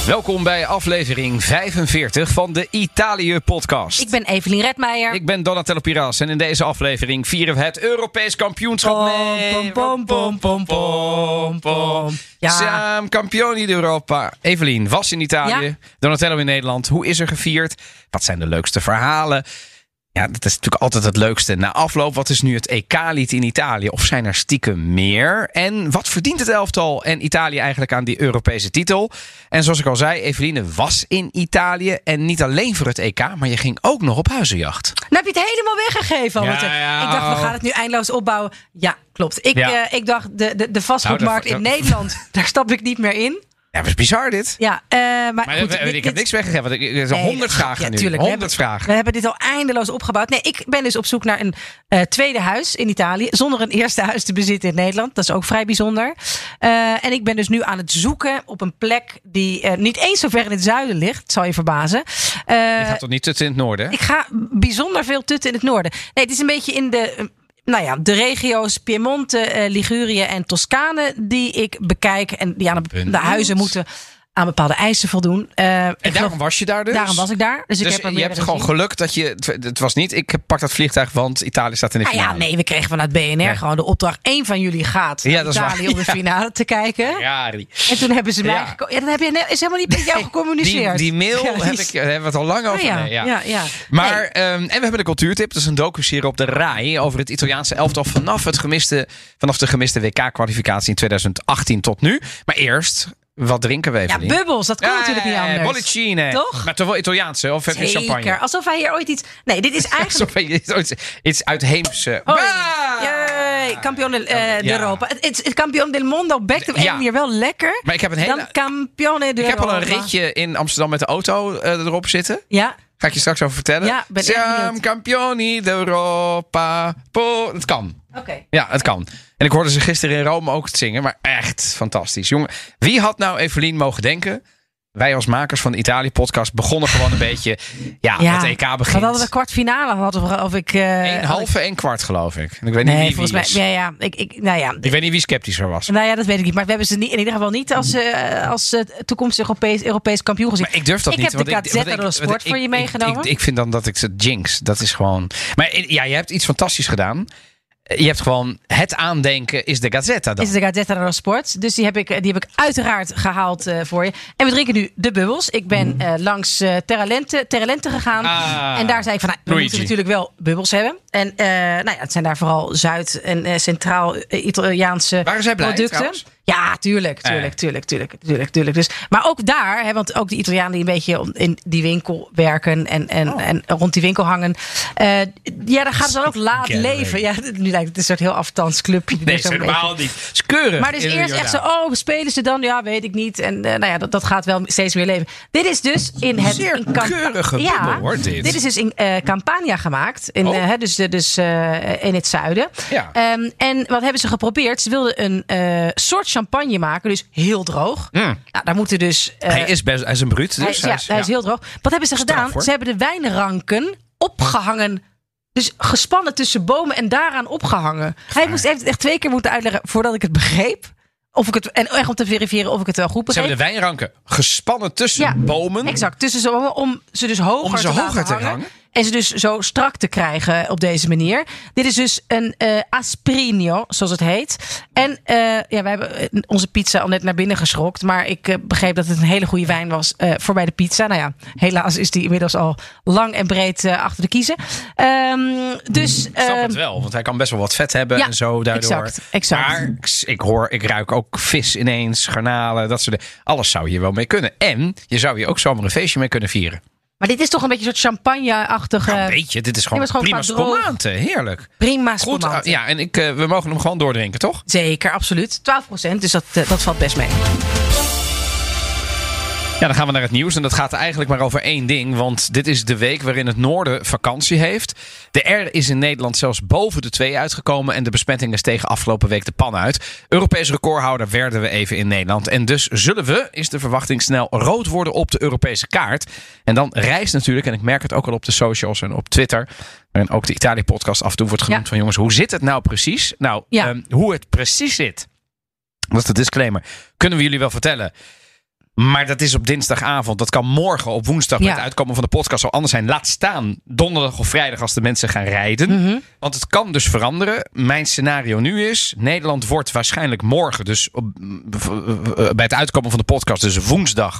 Welkom bij aflevering 45 van de Italië-podcast. Ik ben Evelien Redmeijer. Ik ben Donatello Piras en in deze aflevering vieren we het Europees kampioenschap mee. Ja. Siamo campioni d'Europa. Evelien was in Italië, Ja. Donatello in Nederland. Hoe is er gevierd? Wat zijn de leukste verhalen? Ja, dat is natuurlijk altijd het leukste. Na afloop, wat is nu het EK-lied in Italië? Of zijn er stiekem meer? En wat verdient het elftal en Italië eigenlijk aan die Europese titel? En zoals ik al zei, Eveline was in Italië. En niet alleen voor het EK, maar je ging ook nog op huizenjacht. Nou heb je het helemaal weggegeven. Ja, Want, ja. Ik dacht, we gaan het nu eindeloos opbouwen. Ja, klopt. Ik dacht, de vastgoedmarkt Nou, in Nederland, daar stap ik niet meer in. Ja, dat is bizar dit. Ja, maar goed, ik heb niks weggegeven. Want er zijn 100 vragen nu. Tuurlijk, 100 vragen. We hebben dit al eindeloos opgebouwd. Nee, ik ben dus op zoek naar een tweede huis in Italië. Zonder een eerste huis te bezitten in Nederland. Dat is ook vrij bijzonder. En ik ben dus nu aan het zoeken op een plek die niet eens zo ver in het zuiden ligt. Zal je verbazen. Je gaat toch niet tussen in het noorden? Ik ga bijzonder veel tutten in het noorden. Nee, het is een beetje in de regio's Piemonte, Ligurië en Toscane die ik bekijk. En die aan de huizen moeten aan bepaalde eisen voldoen. En daarom was je daar dus? Daarom was ik daar. Dus ik heb er je hebt gewoon geluk dat je... Het was niet, ik pak dat vliegtuig, want Italië staat in de finale. Ja, nee, we kregen vanuit BNR gewoon de opdracht. Één van jullie gaat naar dat is Italië waar. om de finale te kijken. Ja, En toen hebben ze mij... is helemaal niet met jou gecommuniceerd. Die mail hebben we het al lang over. Ja. Maar, en we hebben de cultuurtip. Dat is een docuserie op de RAI over het Italiaanse elftal vanaf de gemiste WK-kwalificatie in 2018 tot nu. Maar eerst... Wat drinken we even? Ja, bubbels, dat kan natuurlijk niet anders. Bollicine. Toch? Maar toch wel Italiaanse, of heb je champagne? Zeker, alsof hij hier ooit iets... Nee, dit is eigenlijk... Alsof je iets uitheemse... Yay, Campione d'Europa. Het Campione del Mondo bekt op een manier wel lekker. Maar ik heb een hele... Dan Campione d'Europa. Ik heb al een ritje in Amsterdam met de auto erop zitten. Ja. Ga ik je straks over vertellen. Ja, ben echt Siamo benieuwd. campioni d'Europa. Het kan. Oké. Ja, het kan. En ik hoorde ze gisteren in Rome ook het zingen. Maar echt fantastisch. Jongen, wie had nou Evelien mogen denken? Wij als makers van de Italië-podcast begonnen gewoon een beetje... Ja, het EK begint. Wat hadden we kwartfinale? Of ik... Een halve en kwart, geloof ik. En ik weet niet wie volgens is. mij... Ik weet niet wie sceptischer was. Nou ja, dat weet ik niet. Maar we hebben ze niet, in ieder geval niet als toekomstig Europees kampioen gezien. Maar ik durf dat niet. Ik heb de Gazzetta dello Sport voor je meegenomen. Ik vind dan dat ik ze jinx. Dat is gewoon... Maar ja, je hebt iets fantastisch gedaan. Je hebt gewoon het aandenken is de Gazzetta dan. Is de Gazzetta dello Sport. Dus die heb ik uiteraard gehaald voor je. En we drinken nu de bubbels. Ik ben langs Terralente gegaan. En daar zei ik van, we moeten natuurlijk wel bubbels hebben. En het zijn daar vooral Zuid- en Centraal-Italiaanse Waren zij blij, producten. trouwens? Ja, tuurlijk. Dus, maar ook daar, want ook de Italianen die een beetje in die winkel werken en rond die winkel hangen. Daar gaan ze dan ook laat leven. Ja, nu lijkt het een soort heel aftans clubje. Nee, helemaal niet. Het is keurig. Maar dus eerst echt zo, spelen ze dan? Ja, weet ik niet. En dat gaat wel steeds meer leven. Dit is dus in het... Zeer keurige bubbel, hoor, dit. Dit is dus in Campania gemaakt. Dus in het zuiden. Ja. En wat hebben ze geprobeerd? Ze wilden een soort champagne maken, dus heel droog. Nou, daar moeten dus... hij is een bruut, dus hij is heel droog. Wat hebben ze gedaan? Hoor. Ze hebben de wijnranken opgehangen. Dus gespannen tussen bomen en daaraan opgehangen. Hij heeft echt 2 keer moeten uitleggen voordat ik het begreep. En echt om te verifiëren of ik het wel goed begreep. Ze hebben de wijnranken gespannen tussen bomen. Exact, tussen ze bomen om ze dus hoger te hangen. En ze dus zo strak te krijgen op deze manier. Dit is dus een Asprino, zoals het heet. En wij hebben onze pizza al net naar binnen geschrokt. Maar ik begreep dat het een hele goede wijn was voor bij de pizza. Nou ja, helaas is die inmiddels al lang en breed achter de kiezen. Ik snap het wel, want hij kan best wel wat vet hebben en zo daardoor. Exact. Maar ik ruik ook vis ineens, garnalen, dat soort dingen. Alles zou hier wel mee kunnen. En je zou hier ook zomaar een feestje mee kunnen vieren. Maar dit is toch een beetje een soort champagne-achtige... Nou, weet je, dit is gewoon prima spumante. Heerlijk. Prima spumante. Ja, en we mogen hem gewoon doordrinken, toch? Zeker, absoluut. 12%, dus dat valt best mee. Ja, dan gaan we naar het nieuws. En dat gaat eigenlijk maar over één ding. Want dit is de week waarin het noorden vakantie heeft. De R is in Nederland zelfs boven de 2 uitgekomen. En de besmettingen stegen afgelopen week de pan uit. Europees recordhouder werden we even in Nederland. En dus zullen we, is de verwachting, snel rood worden op de Europese kaart. En dan rijst natuurlijk, en ik merk het ook al op de socials en op Twitter, waarin ook de Italië-podcast af en toe wordt genoemd van jongens, hoe zit het nou precies? Nou, hoe het precies zit, dat is de disclaimer, kunnen we jullie wel vertellen. Maar dat is op dinsdagavond. Dat kan morgen op woensdag met het uitkomen van de podcast al anders zijn. Laat staan donderdag of vrijdag als de mensen gaan rijden. Mm-hmm. Want het kan dus veranderen. Mijn scenario nu is... Nederland wordt waarschijnlijk morgen, dus bij het uitkomen van de podcast, dus woensdag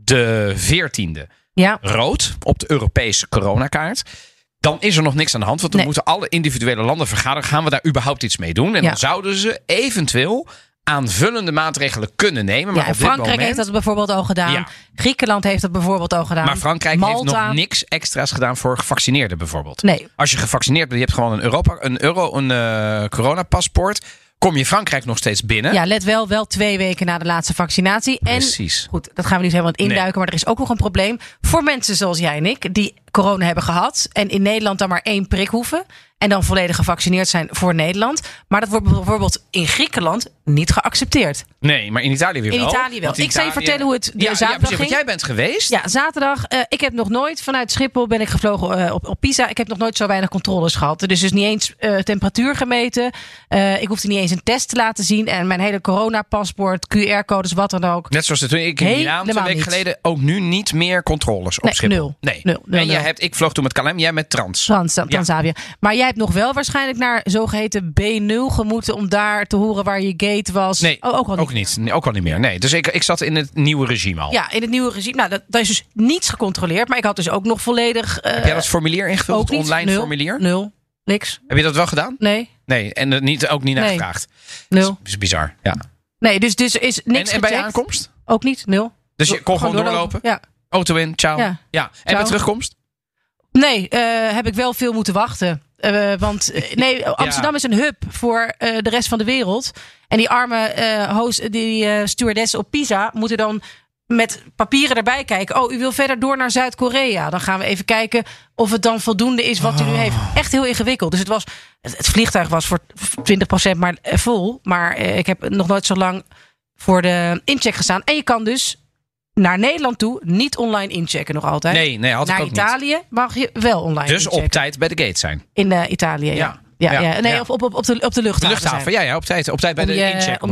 de 14e, rood op de Europese coronakaart. Dan is er nog niks aan de hand. Want dan moeten alle individuele landen vergaderen. Gaan we daar überhaupt iets mee doen? En dan zouden ze eventueel aanvullende maatregelen kunnen nemen. Maar op Frankrijk heeft dat bijvoorbeeld al gedaan. Ja. Griekenland heeft dat bijvoorbeeld al gedaan. Maar Frankrijk heeft nog niks extra's gedaan voor gevaccineerden bijvoorbeeld. Nee. Als je gevaccineerd bent, je hebt gewoon een coronapaspoort. Kom je Frankrijk nog steeds binnen? Ja, let wel 2 weken na de laatste vaccinatie. Precies. En goed, dat gaan we niet helemaal induiken. Maar er is ook nog een probleem voor mensen zoals jij en ik, die corona hebben gehad en in Nederland dan maar 1 prik hoeven en dan volledig gevaccineerd zijn voor Nederland. Maar dat wordt bijvoorbeeld in Griekenland niet geaccepteerd. Nee, maar in Italië weer wel. In Italië wel. Ik zal je vertellen hoe het zaterdag ging. Want jij bent geweest. Ja, zaterdag. Ik heb nog nooit vanuit Schiphol ben ik gevlogen op Pisa. Ik heb nog nooit zo weinig controles gehad. Dus niet eens temperatuur gemeten. Ik hoefde niet eens een test te laten zien. En mijn hele coronapaspoort, QR-codes, wat dan ook. Net zoals toen ik in Milaan 2 weken geleden ook nu niet meer controles op Schiphol. Nul. En ik vloog toen met KLM, jij met Transavia. Maar jij hebt nog wel waarschijnlijk naar zogeheten B0 gemoeten om daar te horen waar je gate was. Nee, ook niet. Nee, ook al niet meer. Nee, dus ik zat in het nieuwe regime al. Ja, in het nieuwe regime. Nou, dat is dus niets gecontroleerd. Maar ik had dus ook nog volledig... Heb jij dat formulier ingevuld? Het online formulier? Nul. Niks. Heb je dat wel gedaan? Nee. Nee, en ook niet naar gevraagd. Nul. Dat is bizar, ja. Nee, dus is niks en bij je aankomst? Ook niet, 0. Dus je kon gewoon doorlopen? Ja. Auto in, ciao. Ja. En bij terugkomst? Nee, heb ik wel veel moeten wachten. Want Amsterdam is een hub voor de rest van de wereld. En die arme stewardess op Pisa moeten dan met papieren erbij kijken. Oh, u wil verder door naar Zuid-Korea. Dan gaan we even kijken of het dan voldoende is wat u nu heeft. Echt heel ingewikkeld. Dus het vliegtuig was voor 20% maar vol. Maar ik heb nog nooit zo lang voor de incheck gestaan. En je kan dus naar Nederland toe niet online inchecken nog altijd. Nee, had ik ook niet. Naar Italië mag je wel online inchecken. Dus op tijd bij de gate zijn. In Italië, ja. Nee, op de luchthaven. De luchthaven, ja, op tijd bij de incheck.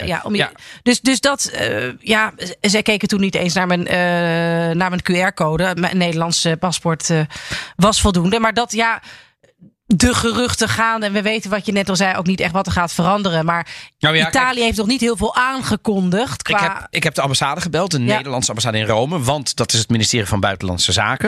Dus dat, zij keken toen niet eens naar mijn QR-code. Mijn Nederlandse paspoort was voldoende. Maar dat, de geruchten gaan. En we weten wat je net al zei, ook niet echt wat er gaat veranderen. Maar Italië heeft nog niet heel veel aangekondigd. Ik heb de ambassade gebeld, de Nederlandse ambassade in Rome. Want dat is het ministerie van Buitenlandse Zaken.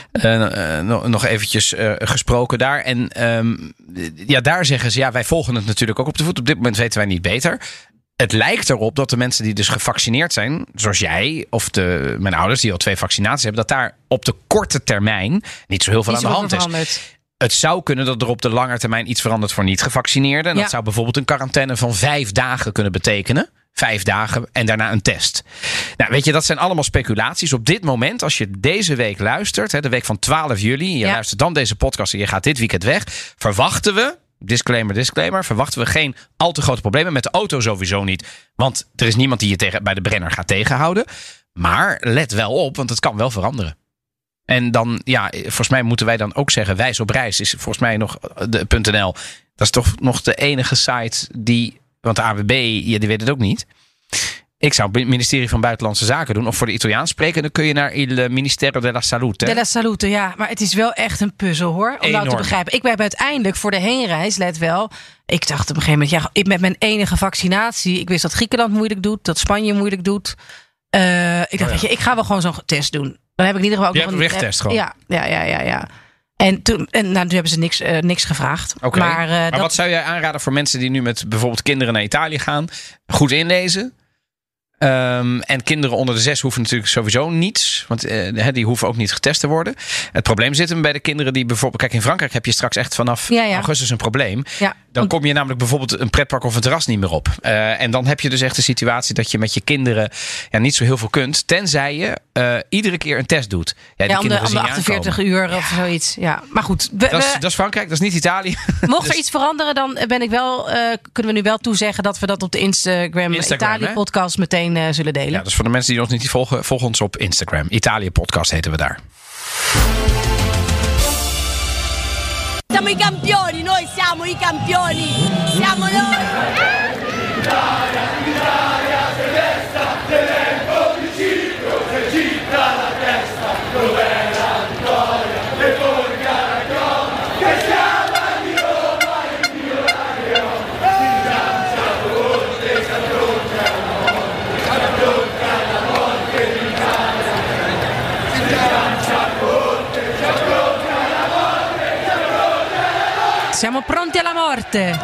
Nog eventjes gesproken daar. En daar zeggen ze, wij volgen het natuurlijk ook op de voet. Op dit moment weten wij niet beter. Het lijkt erop dat de mensen die dus gevaccineerd zijn, zoals jij of mijn ouders die al 2 vaccinaties hebben, dat daar op de korte termijn niet zo heel veel aan de hand is. Het zou kunnen dat er op de lange termijn iets verandert voor niet-gevaccineerden. En dat zou bijvoorbeeld een quarantaine van 5 dagen kunnen betekenen. 5 dagen en daarna een test. Nou, weet je, dat zijn allemaal speculaties. Op dit moment, als je deze week luistert, de week van 12 juli, je luistert dan deze podcast en je gaat dit weekend weg, verwachten we, disclaimer, verwachten we geen al te grote problemen. Met de auto sowieso niet, want er is niemand die je bij de Brenner gaat tegenhouden. Maar let wel op, want het kan wel veranderen. En dan, volgens mij moeten wij dan ook zeggen, Wijs op Reis is volgens mij nog de .nl. Dat is toch nog de enige site die, want de AWB, die weet het ook niet. Ik zou het ministerie van Buitenlandse Zaken doen, of voor de Italiaans spreken. Dan kun je naar il Ministero della Salute. Della Salute, ja. Maar het is wel echt een puzzel, hoor. Om nou te begrijpen. Ik ben uiteindelijk voor de heenreis, let wel. Ik dacht op een gegeven moment, met mijn enige vaccinatie. Ik wist dat Griekenland moeilijk doet, dat Spanje moeilijk doet. Ik dacht, ik ga wel gewoon zo'n test doen. Dan heb ik in ieder geval ook nog een wegtest gewoon. Ja. En toen hebben ze niks gevraagd. Okay. Maar wat zou jij aanraden voor mensen die nu met bijvoorbeeld kinderen naar Italië gaan? Goed inlezen. En kinderen onder de 6 hoeven natuurlijk sowieso niets. Want die hoeven ook niet getest te worden. Het probleem zit hem bij de kinderen die bijvoorbeeld... Kijk, in Frankrijk heb je straks echt vanaf augustus een probleem. Ja. Dan kom je namelijk bijvoorbeeld een pretpark of een terras niet meer op. En dan heb je dus echt de situatie dat je met je kinderen niet zo heel veel kunt. Tenzij je iedere keer een test doet. Om de 48 uur of zoiets. Ja. Maar goed. Dat is Frankrijk, dat is niet Italië. Mocht er iets veranderen, dan kunnen we nu wel toezeggen dat we dat op de Instagram Italië podcast meteen zullen delen. Ja, dus voor de mensen die ons niet volgen, volg ons op Instagram. Italië podcast heten we daar. Siamo i campioni, noi siamo i campioni. Siamo noi. Siamo pronti alla morte.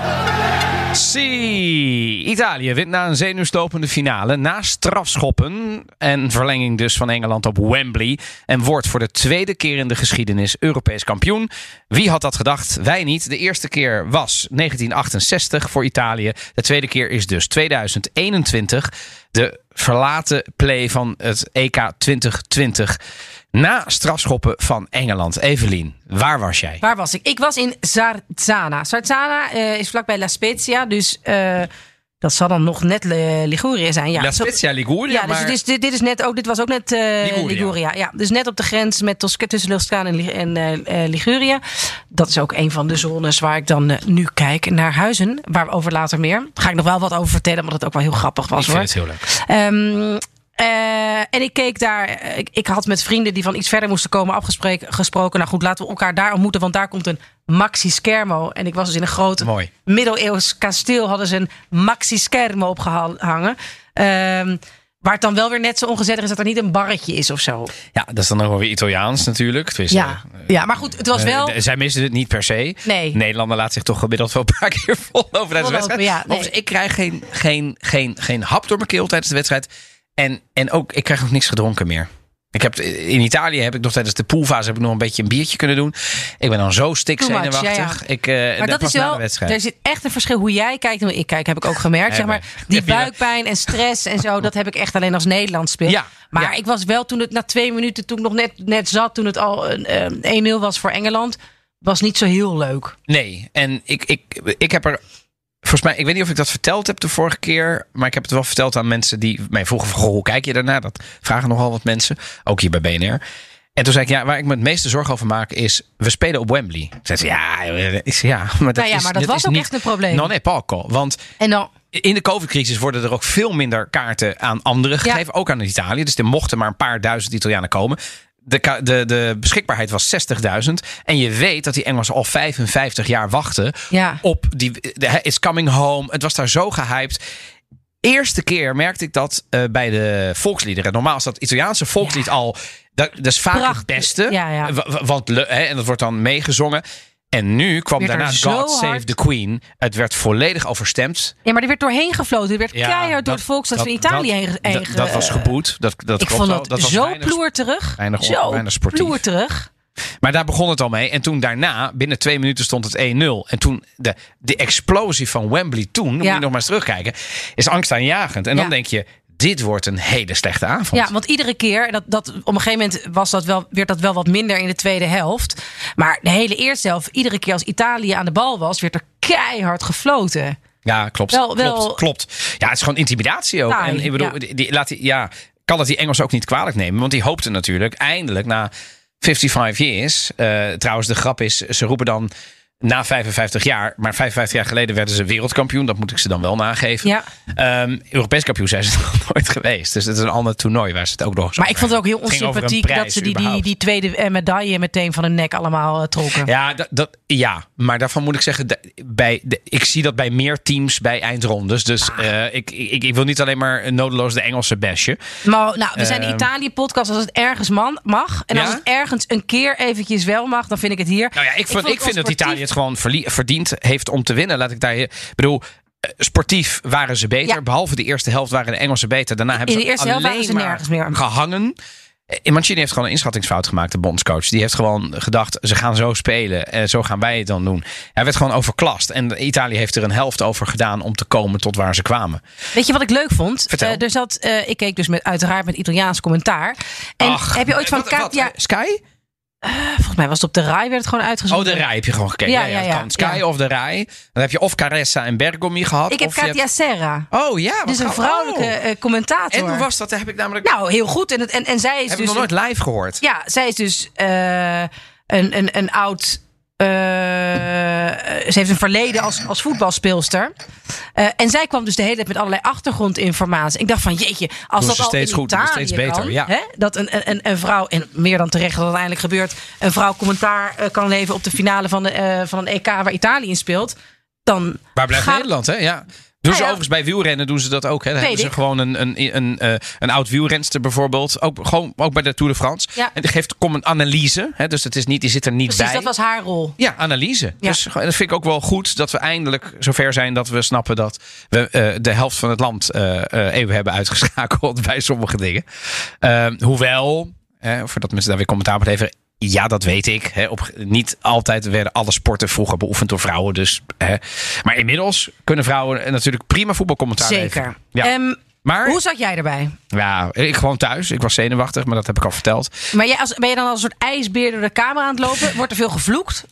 Sì, Italië wint na een zenuwslopende finale na strafschoppen en verlenging dus van Engeland op Wembley en wordt voor de tweede keer in de geschiedenis Europees kampioen. Wie had dat gedacht? Wij niet. De eerste keer was 1968 voor Italië. De tweede keer is dus 2021. De verlaten play van het EK 2020. Na strafschoppen van Engeland. Evelien, waar was jij? Waar was ik? Ik was in Sarzana. Sarzana is vlakbij La Spezia. Dus dat zal dan nog net Ligurië zijn. Ja. La Spezia, Ligurië? Ja, dus maar... dit was ook net Liguria. Ja, dus net op de grens tussen Toscane en Ligurië. Dat is ook een van de zones waar ik dan nu kijk naar Huizen. Waarover later meer. Daar ga ik nog wel wat over vertellen, omdat het ook wel heel grappig was. Ik vind het heel leuk. En ik keek daar. Ik had met vrienden die van iets verder moesten komen gesproken. Nou goed, laten we elkaar daar ontmoeten. Want daar komt een Maxi Schermo. En ik was dus in een groot middeleeuws kasteel. Hadden ze een Maxi Schermo opgehangen. Waar het dan wel weer net zo ongezellig is dat er niet een barretje is of zo. Ja, dat is dan nog wel weer Italiaans natuurlijk. Dus, ja, maar goed, het was wel... zij missen het niet per se. Nee. Nederlander laat zich toch gemiddeld wel een paar keer vol over tijdens de wedstrijd. Ja, nee. Ik krijg geen hap door mijn keel tijdens de wedstrijd. En ook, ik krijg ook niks gedronken meer. In Italië heb ik nog tijdens de poolfase heb ik nog een beetje een biertje kunnen doen. Ik ben dan zo stikzenuwachtig. Ja. Maar dat is wel, er zit echt een verschil hoe jij kijkt en hoe ik kijk, heb ik ook gemerkt. Zeg maar, die buikpijn en stress en zo, dat heb ik echt alleen als Nederland speel. Ja. Maar ik was wel toen het na 2 minuten, toen ik nog net zat, toen het al 1-0 was voor Engeland, was niet zo heel leuk. Nee, en ik heb er... Volgens mij, ik weet niet of ik dat verteld heb de vorige keer, maar ik heb het wel verteld aan mensen die mij vroegen van, hoe kijk je daarna? Dat vragen nogal wat mensen, ook hier bij BNR. En toen zei ik, waar ik me het meeste zorgen over maak is, we spelen op Wembley. Zei ze, maar dat was ook echt een probleem. Non è poco, want in de COVID-crisis worden er ook veel minder kaarten aan anderen gegeven, ook aan Italië. Dus er mochten maar een paar duizend Italianen komen. De beschikbaarheid was 60.000. En je weet dat die Engelsen al 55 jaar wachten op It's Coming Home. Het was daar zo gehyped. Eerste keer merkte ik dat bij de volksliederen. Normaal is dat Italiaanse volkslied al... Dat is vaak het beste. Ja. Want, en dat wordt dan meegezongen. En nu kwam daarna God Save the Queen. Het werd volledig overstemd. Ja, maar er werd doorheen gefloten. Er werd keihard door het volkslied van Italië heen. Dat was geboet. Ik vond het zo ploerterig. Weinig sportief. Ploerterig. Maar daar begon het al mee. En toen daarna, binnen 2 minuten stond het 1-0. En toen de explosie van Wembley toen, moet je nog maar eens terugkijken, is angstaanjagend. En dan denk je, dit wordt een hele slechte avond. Ja, want iedere keer, op een gegeven moment werd dat wel wat minder in de tweede helft. Maar de hele eerste helft, iedere keer als Italië aan de bal was, werd er keihard gefloten. Ja, klopt. Klopt. Ja, het is gewoon intimidatie ook. En ik bedoel, kan dat die Engelsen ook niet kwalijk nemen. Want die hoopten natuurlijk eindelijk na 55 years. Trouwens, de grap is, ze roepen dan na 55 jaar. Maar 55 jaar geleden werden ze wereldkampioen. Dat moet ik ze dan wel nageven. Ja. Europees kampioen zijn ze nog nooit geweest. Dus het is een ander toernooi waar ze het ook nog. Maar ik vond het ook heel onsympathiek dat ze die tweede medaille meteen van hun nek allemaal trokken. Ja, maar daarvan moet ik zeggen, ik zie dat bij meer teams bij eindrondes. Dus ik wil niet alleen maar nodeloos de Engelse bashen. Maar we zijn de Italië-podcast. Als het ergens mag en als het ergens een keer eventjes wel mag, dan vind ik het hier. Nou ja, ik vind dat Italië het gewoon verdiend heeft om te winnen. Laat ik daar... sportief waren ze beter. Ja. Behalve de eerste helft waren de Engelsen beter. Daarna hebben ze alleen maar gehangen. Mancini heeft gewoon een inschattingsfout gemaakt, de bondscoach. Die heeft gewoon gedacht, ze gaan zo spelen. En zo gaan wij het dan doen. Hij werd gewoon overklast. En Italië heeft er een helft over gedaan om te komen tot waar ze kwamen. Weet je wat ik leuk vond? Ik keek dus uiteraard met Italiaans commentaar. En heb je ooit van Katia... Sky? Volgens mij was het op de RAI, werd het gewoon uitgezonden. Oh, de RAI heb je gewoon gekeken. Ja. Sky of de RAI. Dan heb je of Caressa en Bergomi gehad. Ik heb Katia Serra. Oh ja. Dus een vrouwelijke commentator. En hoe was dat? Daar heb ik namelijk... Nou, heel goed. En zij is heb ik nog nooit live gehoord. Ja, zij is dus een oud... ze heeft een verleden als voetbalspeelster. En zij kwam dus de hele tijd met allerlei achtergrondinformatie. Ik dacht van jeetje, als dat al in Italië steeds beter, kan, hè, dat een vrouw, en meer dan terecht dat het uiteindelijk gebeurt, een vrouw commentaar kan leveren op de finale van een EK waar Italië in speelt. Dan waar blijft Nederland, hè? Ja. Doen ze overigens bij wielrennen doen ze dat ook. Hè? Dan hebben ze gewoon een oud wielrenster bijvoorbeeld. Ook bij de Tour de France. Ja. En die geeft een analyse. Hè? Dus het is niet, die zit er niet bij. Precies, dat was haar rol. Ja, analyse. Ja. Dus dat vind ik ook wel goed dat we eindelijk zover zijn dat we snappen dat we de helft van het land even hebben uitgeschakeld bij sommige dingen. Hoewel, voordat mensen daar weer commentaar op leveren. Ja, dat weet ik. Niet altijd werden alle sporten vroeger beoefend door vrouwen. Dus, maar inmiddels kunnen vrouwen natuurlijk prima voetbalcommentaar leveren. Zeker. Ja. Maar hoe zat jij erbij? Ja, ik gewoon thuis. Ik was zenuwachtig, maar dat heb ik al verteld. Maar ben je dan als een soort ijsbeer door de kamer aan het lopen? Wordt er veel gevloekt?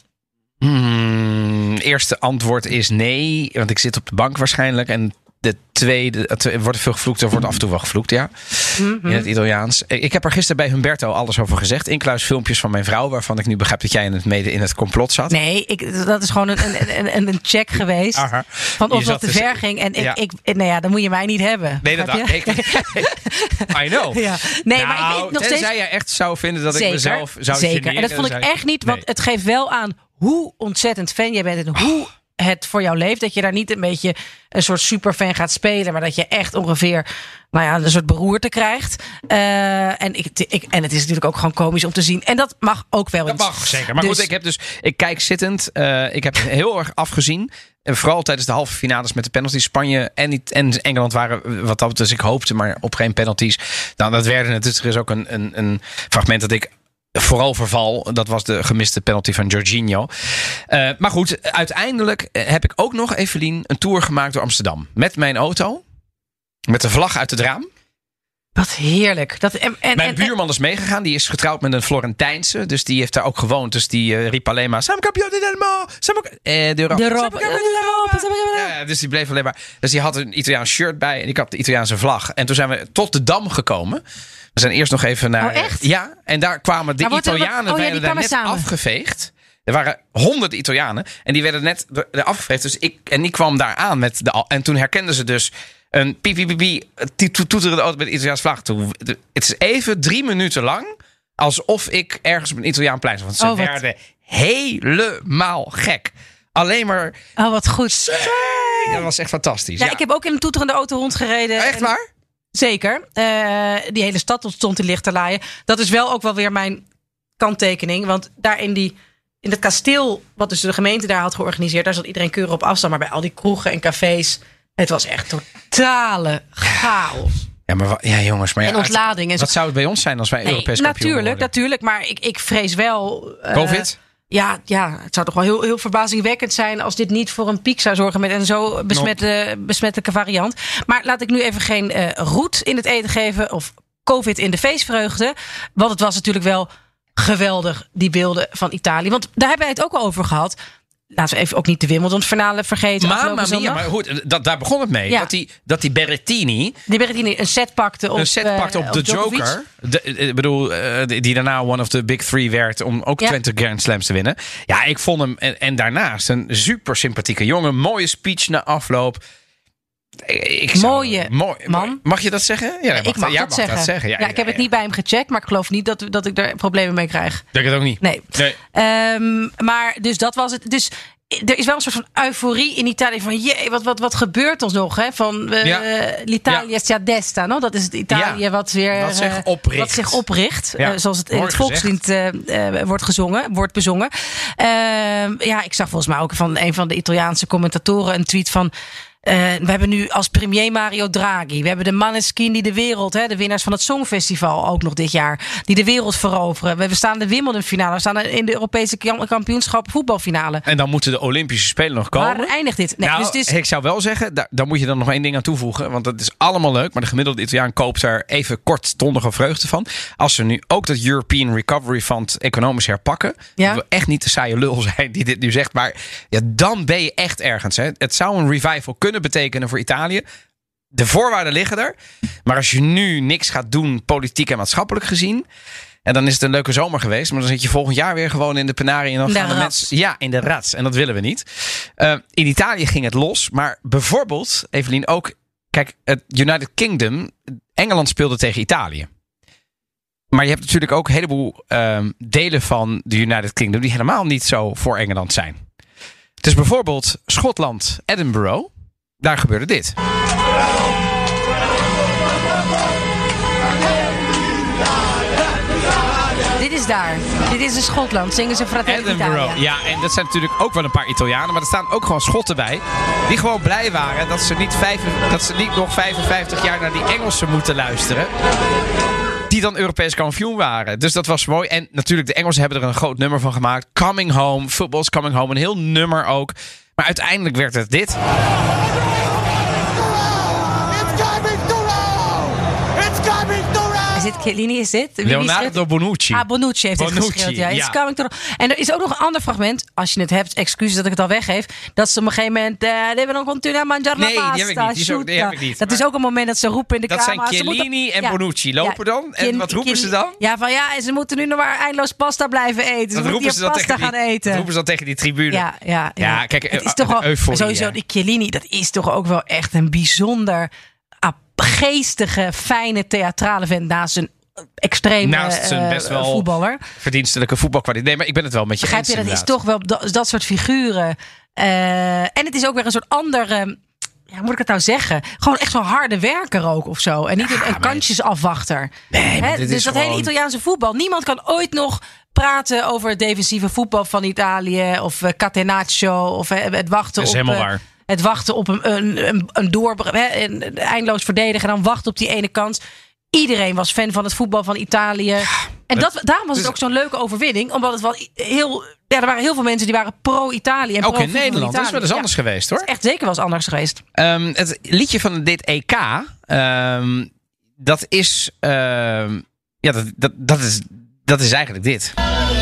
Eerste antwoord is nee. Want ik zit op de bank waarschijnlijk. En de tweede, wordt er veel gevloekt. Er wordt af en toe wel gevloekt, ja. In het Italiaans. Ik heb er gisteren bij Humberto alles over gezegd. Inclusief filmpjes van mijn vrouw. Waarvan ik nu begrijp dat jij mede in het complot zat. Nee, dat is gewoon een check geweest. Aha. Van of dat te ver ging. En dan moet je mij niet hebben. Nee, dat I know. Ja. Nee, maar ik weet nog steeds. Tenzij jij echt zou vinden dat ik mezelf zou generen. En dat vond ik echt niet. Want het geeft wel aan hoe ontzettend fan jij bent. En hoe het voor jou leeft. Dat je daar niet een beetje een soort superfan gaat spelen. Maar dat je echt ongeveer een soort beroerte krijgt. En het is natuurlijk ook gewoon komisch om te zien. En dat mag ook wel eens. Dat mag zeker. Maar goed, ik kijk zittend. Ik heb heel erg afgezien. En vooral tijdens de halve finales met de penalties. Spanje en Engeland waren wat dat. Dus ik hoopte maar op geen penalties. Nou, dat werden het. Dus er is ook een fragment dat ik vooral verval. Dat was de gemiste penalty van Jorginho. Maar goed, uiteindelijk heb ik ook nog, Evelien, een tour gemaakt door Amsterdam. Met mijn auto. Met de vlag uit het raam. Wat heerlijk. Mijn buurman is meegegaan. Die is getrouwd met een Florentijnse. Dus die heeft daar ook gewoond. Dus die riep alleen maar Siamo campioni del mondo. Dus die bleef alleen maar. Dus die had een Italiaans shirt bij. En ik had de Italiaanse vlag. En toen zijn we tot de Dam gekomen. We zijn eerst nog even naar. Oh, echt? Ja, en daar kwamen de Italianen werden daar net samen afgeveegd. Er waren 100 Italianen. En die werden net afgeveegd. Dus die kwam daar aan met en toen herkenden ze dus een piep, toeterende auto met de Italiaanse vlag. Het is even 3 minuten lang alsof ik ergens op een Italiaan plein zat. Want ze werden helemaal gek. Alleen maar. Oh, wat goed. Dat was echt fantastisch. Ja, ik heb ook in een toeterende auto rondgereden. Echt waar? Zeker. Die hele stad stond in licht te laaien. Dat is wel ook wel weer mijn kanttekening. Want daar in het kasteel, wat dus de gemeente daar had georganiseerd, daar zat iedereen keurig op afstand. Maar bij al die kroegen en cafés, het was echt totale chaos. Ja, maar jongens, maar en ontlading. Wat zou het bij ons zijn als wij Europees kampioen worden? Natuurlijk. Maar ik vrees wel. COVID? Ja, het zou toch wel heel, heel verbazingwekkend zijn als dit niet voor een piek zou zorgen met een zo besmettelijke variant. Maar laat ik nu even geen roet in het eten geven of COVID in de feestvreugde. Want het was natuurlijk wel geweldig, die beelden van Italië. Want daar hebben wij het ook al over gehad. Laten we even ook niet de Wimbledon-finale vergeten. Maar goed, daar begon het mee. Ja. Dat die Berrettini... een set pakte op de Joker. Die daarna one of the big 3 werd om ook 20 Grand Slams te winnen. Ja, ik vond hem en daarnaast een super sympathieke jongen. Mooie speech na afloop. Mooie man. Mag je dat zeggen? Ja, ik mag dat zeggen. Ja, ik heb het niet bij hem gecheckt, maar ik geloof niet dat ik er problemen mee krijg. Ik denk het ook niet. Nee. Maar dus dat was het. Dus er is wel een soort van euforie in Italië van wat gebeurt ons nog? Hè? Van l'Italia si addesta, no? Dat is het Italië wat zich opricht. Zoals het in het volkslied wordt bezongen. Ik zag volgens mij ook van een van de Italiaanse commentatoren een tweet van we hebben nu als premier Mario Draghi. We hebben de Maneskin die de wereld, de winnaars van het Songfestival ook nog dit jaar, die de wereld veroveren. We staan de Wimbledon finale. We staan in de Europese kampioenschap voetbalfinale. En dan moeten de Olympische Spelen nog komen. Waar eindigt dit? Nee, ik zou wel zeggen, daar moet je dan nog 1 ding aan toevoegen. Want dat is allemaal leuk. Maar de gemiddelde Italiaan koopt daar even kortstondige vreugde van. Als ze nu ook dat European Recovery Fund economisch herpakken. Ja. Ik wil echt niet de saaie lul zijn die dit nu zegt. Maar dan ben je echt ergens. Hè. Het zou een revival kunnen betekenen voor Italië. De voorwaarden liggen er. Maar als je nu niks gaat doen, politiek en maatschappelijk gezien, en dan is het een leuke zomer geweest, maar dan zit je volgend jaar weer gewoon in de penarie en dan gaan de mensen in de rats. En dat willen we niet. In Italië ging het los, maar bijvoorbeeld, Evelien, ook, kijk, het United Kingdom, Engeland speelde tegen Italië. Maar je hebt natuurlijk ook een heleboel delen van de United Kingdom die helemaal niet zo voor Engeland zijn. Het is bijvoorbeeld Schotland, Edinburgh. daar gebeurde dit. Dit is daar. Dit is in Schotland. Zingen ze Fratelli d'Italia. Ja, en dat zijn natuurlijk ook wel een paar Italianen. Maar er staan ook gewoon Schotten bij. Die gewoon blij waren dat ze niet nog 55 jaar naar die Engelsen moeten luisteren. Die dan Europees kampioen waren. Dus dat was mooi. En natuurlijk, de Engelsen hebben er een groot nummer van gemaakt. Coming Home. Football's Coming Home. Een heel nummer ook. Maar uiteindelijk werd het dit. Is dit Chiellini? Is dit? Leonardo Bonucci. Bonucci heeft het geschreeuwd. Ja. En er is ook nog een ander fragment. Als je het hebt, excuses dat ik het al weggeef. Dat ze op een gegeven moment... Devono continua mangiare la pasta. Die heb ik niet. Dat is ook een moment dat ze roepen in de kamer. Dat zijn Chiellini en Bonucci. Lopen dan? En wat roepen ze dan? Ja, en ze moeten nu nog maar eindeloos pasta blijven eten. Ze moeten die pasta gaan eten. Dat roepen ze dan tegen die tribune. Ja. Kijk, het is toch wel... Sowieso, die Chiellini, dat is toch ook wel echt een bijzonder... geestige, fijne theatrale vent naast zijn best wel voetballer. Verdienstelijke voetbalkwaliteit. Nee, maar ik ben het wel met je eens. Begrijp je, dat is toch wel dat soort figuren. En het is ook weer een soort andere... hoe moet ik het nou zeggen? Gewoon echt zo'n harde werker ook of zo. En niet een kantjesafwachter. Nee, dus dat hele Italiaanse voetbal. Niemand kan ooit nog praten over het defensieve voetbal van Italië. Of catenaccio. Of het wachten op... waar. Het wachten op een eindeloos verdedigen. En dan wachten op die ene kans. Iedereen was fan van het voetbal van Italië. Ja, en daarom was het ook zo'n leuke overwinning. Omdat het wel er waren heel veel mensen die waren pro-Italië. En ook in Nederland. Dat is wel eens anders geweest, hoor. Het is echt zeker wel eens anders geweest. Het liedje van dit EK... dat is... dat is eigenlijk dit.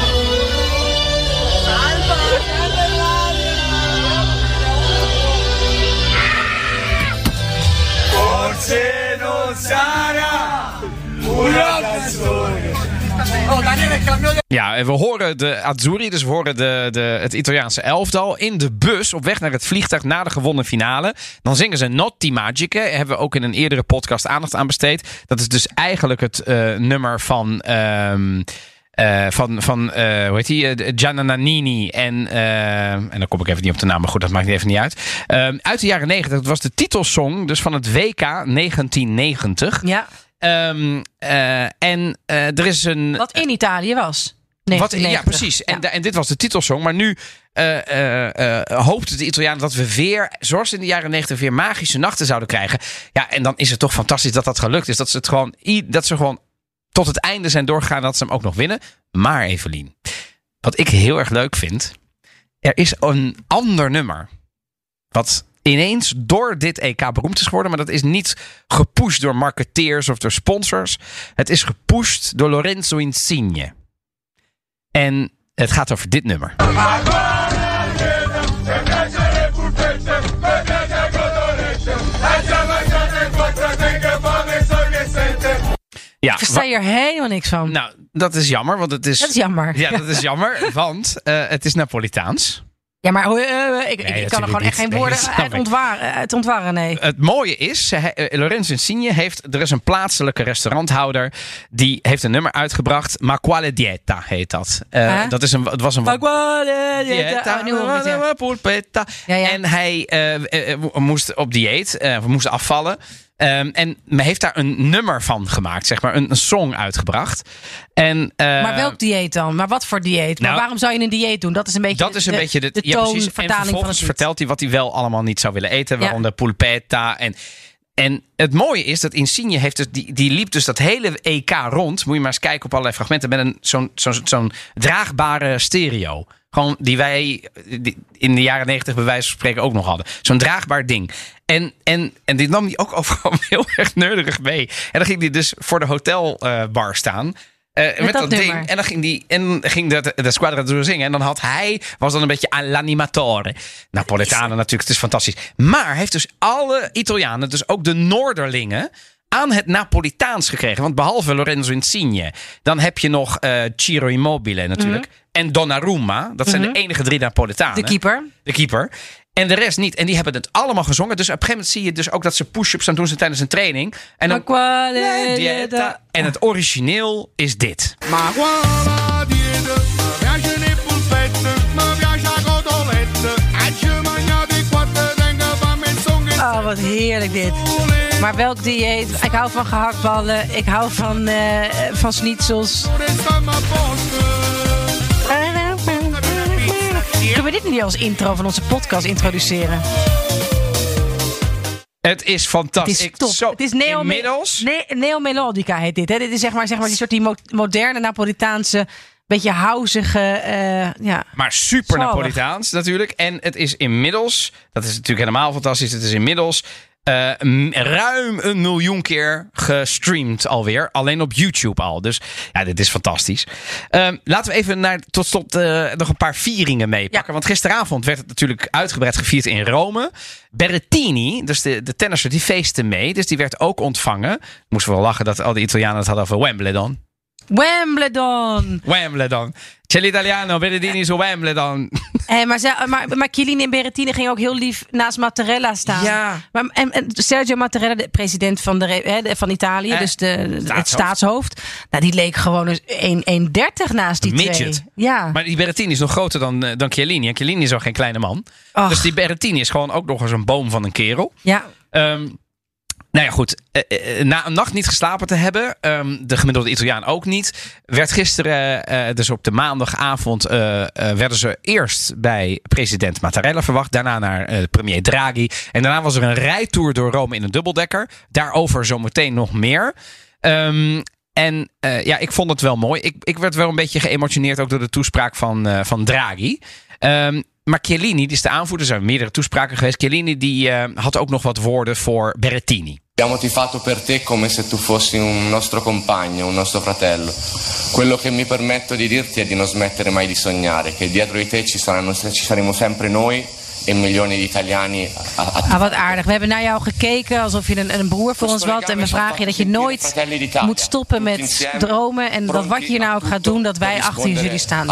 Ja, en we horen de Azzurri, dus we horen het Italiaanse elftal in de bus op weg naar het vliegtuig na de gewonnen finale. Dan zingen ze Notti Magiche. Hebben we ook in een eerdere podcast aandacht aan besteed. Dat is dus eigenlijk het nummer van hoe heet die? Gianna Nannini en dan kom ik even niet op de naam, maar goed, dat maakt even niet uit. Uit de jaren 90, dat was de titelsong dus van het WK 1990. Ja. En er is een... Wat in Italië was. Ja, precies. Ja. En dit was de titelsong. Maar nu hoopten de Italianen dat we weer, zoals in de jaren 90, weer magische nachten zouden krijgen. Ja, en dan is het toch fantastisch dat dat gelukt is. Dat ze gewoon tot het einde zijn doorgegaan, dat ze hem ook nog winnen. Maar Evelien, wat ik heel erg leuk vind, er is een ander nummer wat ineens door dit EK beroemd is geworden, maar dat is niet gepusht door marketeers of door sponsors. Het is gepusht door Lorenzo Insigne. En het gaat over dit nummer. Ja, ik versta hier helemaal niks van. Nou, dat is jammer, want het is... Dat is jammer. Ja, dat is jammer, want het is Napolitaans. Ja, maar ik kan er gewoon echt geen woorden uit ontwaren, nee. Het mooie is, Lorenzo Insigne er is een plaatselijke restauranthouder, die heeft een nummer uitgebracht. Ma quale dieta heet dat. Het was een... Ma quale dieta. Polpetta. Ja. En hij moest op dieet, moest afvallen. En men heeft daar een nummer van gemaakt, zeg maar, een song uitgebracht. Maar welk dieet dan? Maar wat voor dieet? Maar waarom zou je een dieet doen? Dat is een beetje de toonvertaling van het vervolgens vertelt hij wat hij wel allemaal niet zou willen eten, waaronder polpetta. En het mooie is dat Insigne heeft dus, die liep dus dat hele EK rond. Moet je maar eens kijken op allerlei fragmenten met zo'n draagbare stereo. Gewoon die wij in de jaren 90 bij wijze van spreken ook nog hadden. Zo'n draagbaar ding. En dit nam hij ook overal heel erg nerdig mee. En dan ging hij dus voor de hotelbar staan. Met dat ding. En dan ging de Squadra Azzurra zingen. En dan was dan een beetje l'animatore. Napolitanen natuurlijk, het is fantastisch. Maar hij heeft dus alle Italianen, dus ook de Noorderlingen, aan het Napolitaans gekregen. Want behalve Lorenzo Insigne, dan heb je nog Ciro Immobile natuurlijk. En Donnarumma. Dat zijn de enige 3 Napolitanen. De keeper. En de rest niet. En die hebben het allemaal gezongen. Dus op een gegeven moment zie je dus ook dat ze push-ups aan doen ze tijdens een training. En dan... En het origineel is dit. wat heerlijk dit. Maar welk dieet? Ik hou van gehaktballen. Ik hou van schnitzels. Kunnen we dit niet als intro van onze podcast introduceren? Het is fantastisch. Het is top. Het is neomelodica heet dit. Hè? Dit is zeg maar die soort die moderne Napolitaanse, beetje houzige... maar super Napolitaans natuurlijk. En het is inmiddels, dat is natuurlijk helemaal fantastisch, het is inmiddels ruim 1 miljoen keer gestreamd alweer. Alleen op YouTube al. Dus ja, dit is fantastisch. Laten we even tot slot nog een paar vieringen meepakken. Ja. Want gisteravond werd het natuurlijk uitgebreid gevierd in Rome. Berrettini, dus de tennisser, die feestte mee. Dus die werd ook ontvangen. Moesten we wel lachen dat al die Italianen het hadden over Wimbledon. C'è l'italiano, Berrettini is Wimbledon. Maar Chiellini en Berrettini gingen ook heel lief naast Mattarella staan. Ja. En Sergio Mattarella, de president van Italië, dus het staatshoofd. Nou, die leek gewoon eens 1,30 naast die midget. Twee. Ja. Maar die Berrettini is nog groter dan Chiellini. En Chiellini is ook geen kleine man. Och. Dus die Berrettini is gewoon ook nog eens een boom van een kerel. Ja. Nou ja, goed. Na een nacht niet geslapen te hebben, de gemiddelde Italiaan ook niet, werd gisteren, dus op de maandagavond, werden ze eerst bij president Mattarella verwacht. Daarna naar premier Draghi. En daarna was er een rijtour door Rome in een dubbeldekker. Daarover zometeen nog meer. Ik vond het wel mooi. Ik werd wel een beetje geëmotioneerd ook door de toespraak van Draghi. Maar Chiellini, die is de aanvoerder, er zijn meerdere toespraken geweest. Chiellini die had ook nog wat woorden voor Berrettini. Abbiamo tifato per te come se tu fossi un nostro compagno, un nostro fratello. Quello che mi permetto di dirti è di non smettere mai di sognare, che dietro di te ci saremo sempre noi e milioni di Italiani. Wat aardig. We hebben naar jou gekeken alsof je een broer voor ons was. En we vragen je dat je nooit moet stoppen met dromen. En dat wat je hier nou ook gaat doen, dat wij achter jullie staan.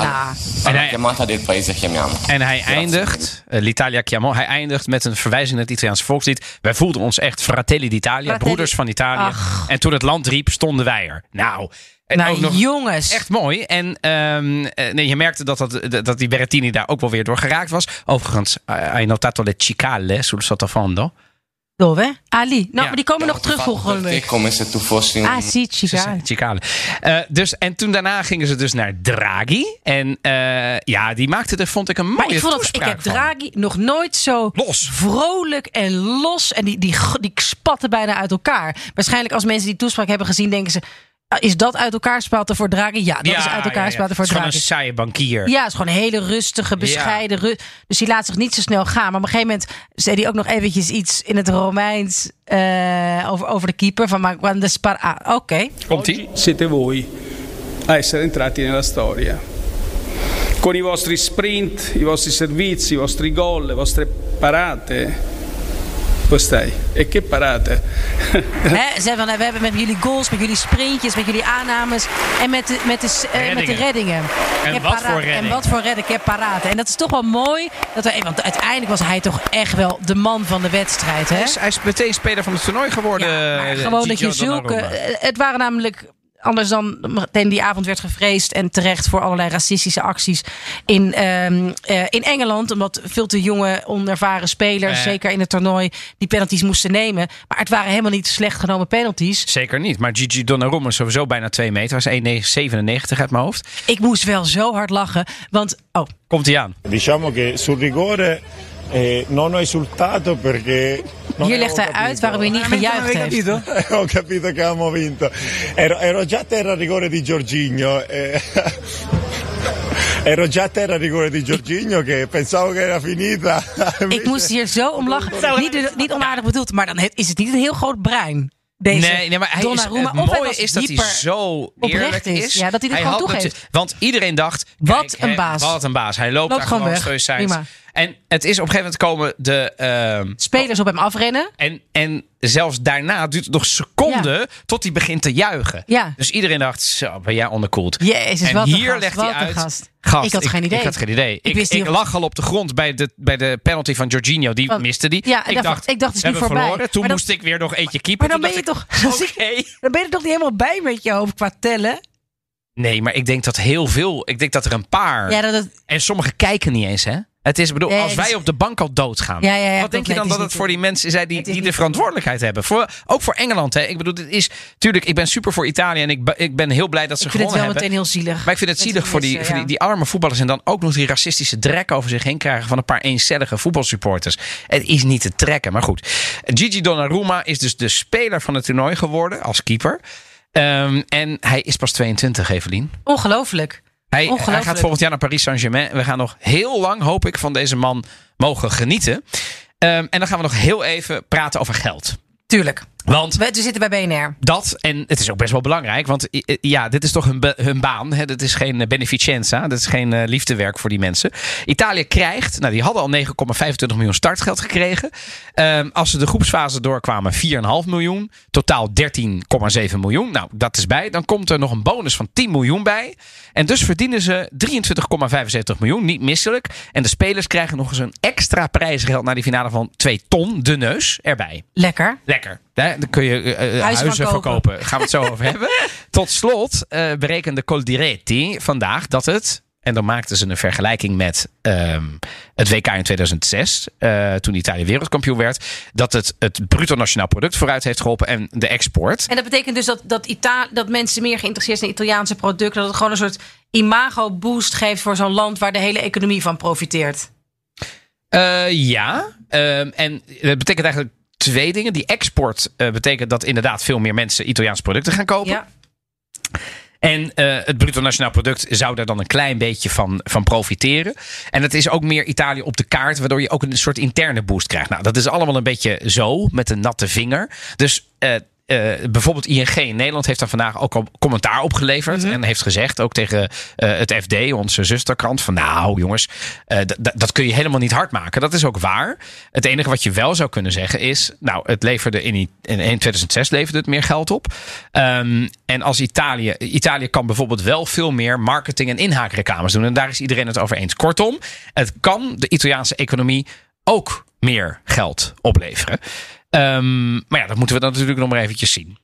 En hij eindigt, l'Italia chiamò, hij eindigt met een verwijzing naar het Italiaanse volkslied. Wij voelden ons echt fratelli d'Italia, broeders van Italië. Ach. En toen het land riep, stonden wij er. Nou, ook nog jongens. Echt mooi. En je merkte dat die Berrettini daar ook wel weer door geraakt was. Overigens, hai notato le cicale sul sottofondo? Dove? Ali. Maar die komen nog terug volgende week. Cicale. En toen daarna gingen ze dus naar Draghi. En die maakte er, vond ik, een mooie toespraak. Ik heb Draghi nog nooit zo vrolijk en los. En die spatten bijna uit elkaar. Waarschijnlijk als mensen die toespraak hebben gezien, denken ze, is dat uit elkaar spatten voor Draghi? Ja, dat is uit elkaar spatten voor Draghi. Het is gewoon een saaie bankier. Ja, het is gewoon een hele rustige, bescheiden. Dus die laat zich niet zo snel gaan. Maar op een gegeven moment zei hij ook nog eventjes iets in het Romeins over de keeper. Van maar quando spara. Oké. Komt-ie. Siete voi a essere entrati nella storia. Con i vostri sprint, i vostri servizi, i vostri gol, le vostre parate. E che parate. We hebben met jullie goals, met jullie sprintjes, met jullie aannames en met de reddingen. En wat voor redding. Ik heb parate. En dat is toch wel mooi. Want uiteindelijk was hij toch echt wel de man van de wedstrijd. Hè? Hij is meteen speler van het toernooi geworden. Ja, maar gewoon dat je zulke... Het waren namelijk... Anders dan meteen die avond werd gevreesd en terecht voor allerlei racistische acties in Engeland. Omdat veel te jonge, onervaren spelers, zeker in het toernooi, die penalties moesten nemen. Maar het waren helemaal niet slecht genomen penalties. Zeker niet. Maar Gigi Donnarumma is sowieso bijna 2 meter. Hij is 1,97 uit mijn hoofd. Ik moest wel zo hard lachen, want... Komt-ie aan. Diciamo che sul rigore non ho esultato perché... Hier legt hij uit waarom hij niet gejuicht heeft. Ho capito che abbiamo vinto. Ero già terra rigore di Jorginho. Ero già terra rigore di Jorginho che pensavo che era finita. Ik moest hier zo om lachen. Niet onaardig bedoeld, maar dan is het niet een heel groot brein. Nee, maar het mooie is dat hij zo eerlijk is. Ja, dat hij dit gewoon toegeeft. Want iedereen dacht, wat een baas. Hij loopt daar gewoon stoïcijns. En het is op een gegeven moment komen de spelers op hem afrennen. En zelfs daarna duurt het nog seconden tot hij begint te juigen. Ja. Dus iedereen dacht, zo, ben jij onderkoeld. Jezus, en hier legt hij uit. Gast, ik had geen idee. Ik lag al op de grond bij de penalty van Jorginho. Die miste die. Ja, ik dacht het is niet voorbij. Verloren. Toen moest ik weer nog eentje keepen. Maar dan ben je toch... Dan ben je toch niet helemaal bij met je hoofd qua tellen? Nee, maar ik denk dat heel veel... Ik denk dat er een paar... En sommigen kijken niet eens, hè? Het is, als wij op de bank al doodgaan. Wat denk je dan dat het voor die mensen is die de verantwoordelijkheid hebben? Ook voor Engeland. Hè? Ik bedoel, dit is natuurlijk. Ik ben super voor Italië en ik ben heel blij dat ze gewonnen hebben. Ik vind het wel meteen heel zielig. Maar ik vind het zielig voor die arme voetballers en dan ook nog die racistische drek over zich heen krijgen van een paar eencellige voetbalsupporters. Het is niet te trekken, maar goed. Gigi Donnarumma is dus de speler van het toernooi geworden als keeper. En hij is pas 22, Evelien. Ongelooflijk. Hij gaat volgend jaar naar Paris Saint-Germain. We gaan nog heel lang, hoop ik, van deze man mogen genieten. En dan gaan we nog heel even praten over geld. Tuurlijk. Want we zitten bij BNR. Dat, en het is ook best wel belangrijk. Want dit is toch hun baan. Hè? Dat is geen beneficenza. Dat is geen liefdewerk voor die mensen. Italië krijgt, die hadden al 9,25 miljoen startgeld gekregen. Als ze de groepsfase doorkwamen, 4,5 miljoen. Totaal 13,7 miljoen. Nou, dat is bij. Dan komt er nog een bonus van 10 miljoen bij. En dus verdienen ze 23,75 miljoen. Niet misselijk. En de spelers krijgen nog eens een extra prijsgeld naar die finale van 2 ton. De neus erbij. Lekker. Dan kun je huizen verkopen. Gaan we het zo over hebben. Tot slot berekende Coldiretti vandaag dat het... En dan maakten ze een vergelijking met het WK in 2006. Toen Italië wereldkampioen werd. Dat het bruto nationaal product vooruit heeft geholpen. En de export. En dat betekent dus dat mensen meer geïnteresseerd zijn in Italiaanse producten. Dat het gewoon een soort imago boost geeft voor zo'n land waar de hele economie van profiteert. En dat betekent eigenlijk 2 dingen. Die export betekent dat inderdaad veel meer mensen Italiaanse producten gaan kopen. Ja. En het bruto nationaal product zou daar dan een klein beetje van profiteren. En het is ook meer Italië op de kaart, waardoor je ook een soort interne boost krijgt. Nou, dat is allemaal een beetje zo, met een natte vinger. Dus bijvoorbeeld ING in Nederland heeft daar vandaag ook al commentaar op geleverd. En heeft gezegd, ook tegen het FD, onze zusterkrant, van nou jongens, dat kun je helemaal niet hard maken. Dat is ook waar. Het enige wat je wel zou kunnen zeggen is, nou, het leverde in 2006 leverde het meer geld op. En als Italië kan bijvoorbeeld wel veel meer marketing en inhaakreclames doen. En daar is iedereen het over eens. Kortom, het kan de Italiaanse economie ook meer geld opleveren. Maar dat moeten we dan natuurlijk nog maar eventjes zien.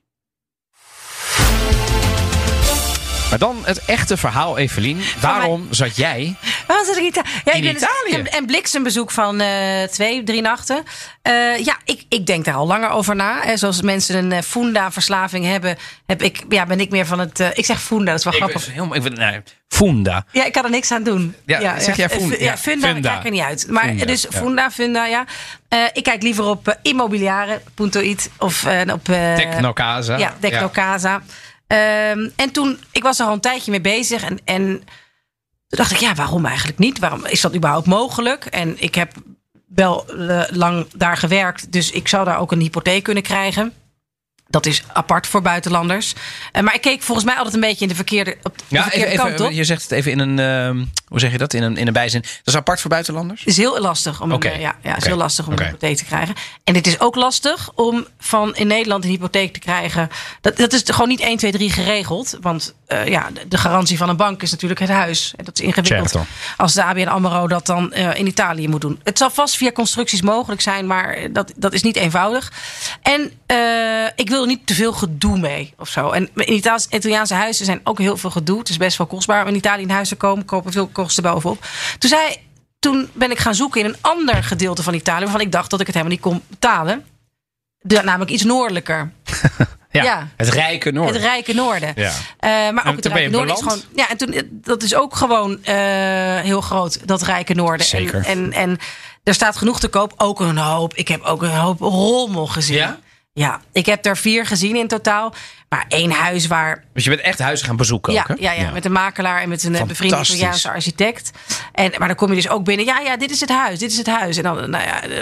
Maar dan het echte verhaal, Evelien. Waarom zat jij in Italië? En bliksembezoek van 2-3 nachten. Ik denk daar al langer over na. Zoals mensen een Funda-verslaving hebben, ben ik meer van het... ik zeg Funda, dat is wel grappig. Funda. Ja, ik kan er niks aan doen. Zeg jij Funda? Funda, ik kijk er niet uit. Maar Funda, dus Funda, ja. Ik kijk liever op immobiliare.it of op... Tecnocasa. Ja, Tecnocasa. En toen, ik was er al een tijdje mee bezig. En toen dacht ik, waarom eigenlijk niet? Waarom is dat überhaupt mogelijk? En ik heb wel lang daar gewerkt. Dus ik zou daar ook een hypotheek kunnen krijgen. Dat is apart voor buitenlanders. Maar ik keek volgens mij altijd een beetje in de verkeerde kant op. Je zegt het even in een... hoe zeg je dat? In een bijzin. Dat is apart voor buitenlanders? Het is heel lastig om heel lastig om een hypotheek te krijgen. En het is ook lastig om in Nederland een hypotheek te krijgen. Dat is gewoon niet 1, 2, 3 geregeld. Want de garantie van een bank is natuurlijk het huis. En dat is ingewikkeld. Certo. Als de ABN AMRO dat dan in Italië moet doen. Het zal vast via constructies mogelijk zijn, maar dat is niet eenvoudig. En ik wil er niet te veel gedoe mee of zo. En in Italiaanse huizen zijn ook heel veel gedoe. Het is best wel kostbaar om in Italië in huis te kopen veel kosten bovenop. Toen ben ik gaan zoeken in een ander gedeelte van Italië, waarvan ik dacht dat ik het helemaal niet kon betalen. Namelijk iets noordelijker. Het rijke noorden. Het rijke noorden. Ja. Maar ook het rijke noorden is gewoon... Ja, en toen, dat is ook gewoon heel groot, dat rijke noorden. Zeker. En er staat genoeg te koop. Ik heb ook een hoop rommel gezien. Ja? Ja, ik heb er 4 gezien in totaal. Maar 1 huis waar... Dus je bent echt huizen gaan bezoeken ook, hè? Ja, met een makelaar en met een bevriende Italiaanse architect. Maar dan kom je dus ook binnen. Ja, dit is het huis. En dan,